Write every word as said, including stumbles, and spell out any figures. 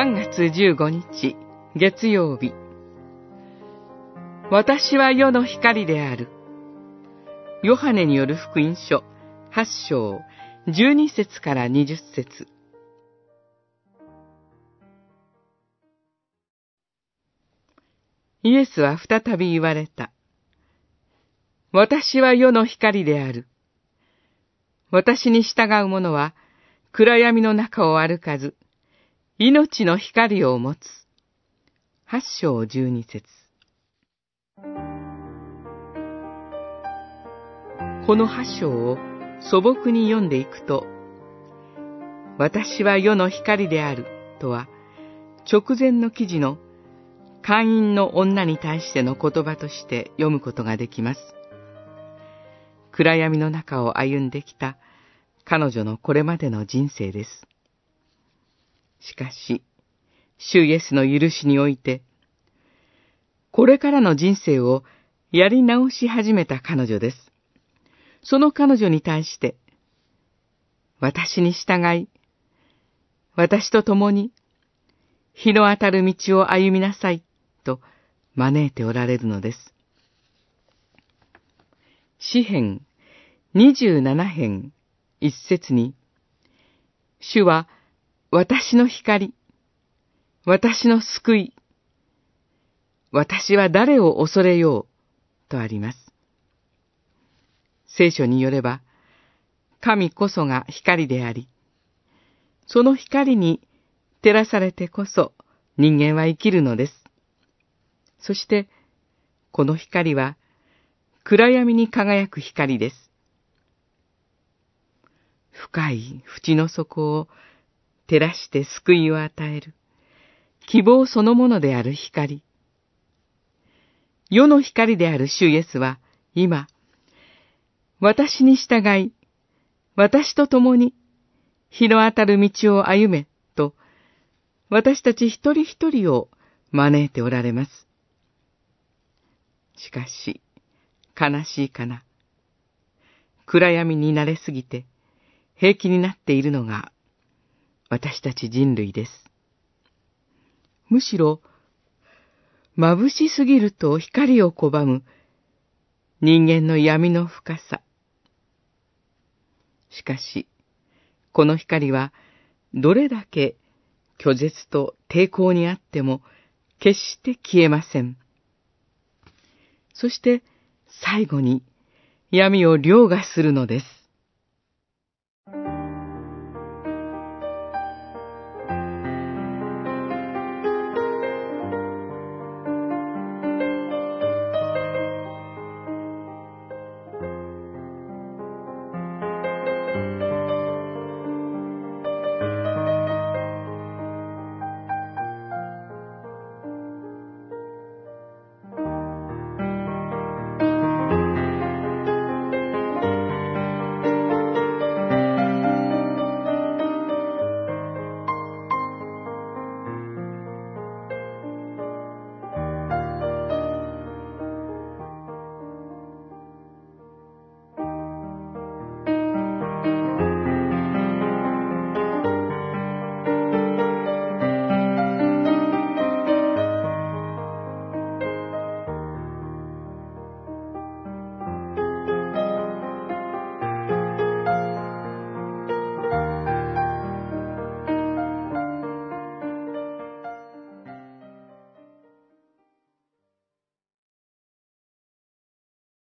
さんがつじゅうごにち月曜日。私は世の光である。ヨハネによる福音書はっしょうじゅうにせつからにじゅっせつ。イエスは再び言われた。私は世の光である。私に従う者は暗闇の中を歩かず、命の光を持つ。はっしょうじゅうにせつ。このはっしょうを素朴に読んでいくと、私は世の光であるとは、直前の記事の姦淫の女に対しての言葉として読むことができます。暗闇の中を歩んできた彼女のこれまでの人生です。しかし、主イエスの許しにおいて、これからの人生をやり直し始めた彼女です。その彼女に対して、私に従い、私と共に日の当たる道を歩みなさいと招いておられるのです。詩編にじゅうななへんいっせつに、主は私の光、私の救い、私は誰を恐れようとあります。聖書によれば、神こそが光であり、その光に照らされてこそ人間は生きるのです。そして、この光は暗闇に輝く光です。深い淵の底を照らして救いを与える、希望そのものである光。世の光である主イエスは今、私に従い、私と共に日の当たる道を歩めと、私たち一人一人を招いておられます。しかし、悲しいかな。暗闇に慣れすぎて平気になっているのが私たち人類です。むしろ、眩しすぎると光を拒む人間の闇の深さ。しかし、この光はどれだけ拒絶と抵抗にあっても決して消えません。そして最後に闇を凌駕するのです。